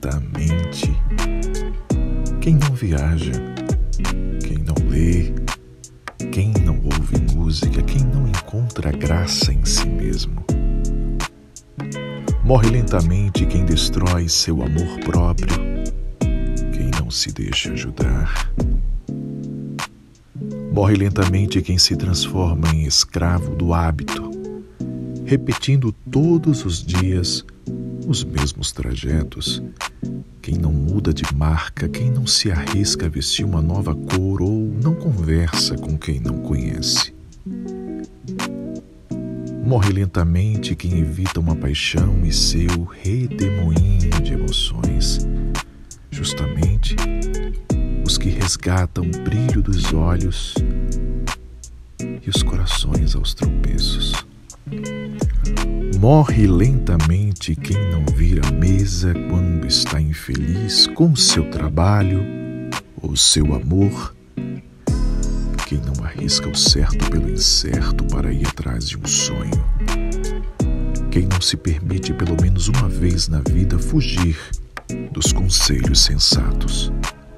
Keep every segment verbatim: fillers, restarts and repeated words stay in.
lentamente. Quem não viaja, quem não lê, quem não ouve música, quem não encontra graça em si mesmo. Morre lentamente quem destrói seu amor próprio, quem não se deixa ajudar. Morre lentamente quem se transforma em escravo do hábito, repetindo todos os dias os mesmos trajetos. Quem não muda de marca, quem não se arrisca a vestir uma nova cor ou não conversa com quem não conhece. Morre lentamente quem evita uma paixão e seu redemoinho de emoções, justamente os que resgatam o brilho dos olhos e os corações aos tropeços. Morre lentamente quem não vira a mesa quando está infeliz com seu trabalho ou seu amor, quem não arrisca o certo pelo incerto para ir atrás de um sonho, quem não se permite pelo menos uma vez na vida fugir dos conselhos sensatos.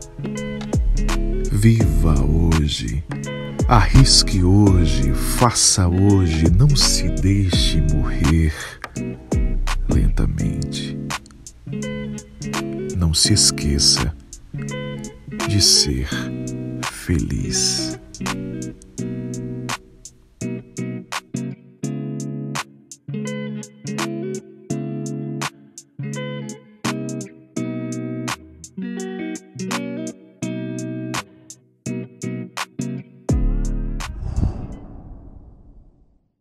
Viva hoje, arrisque hoje, faça hoje, não se deixe morrer lentamente. Não se esqueça de ser feliz.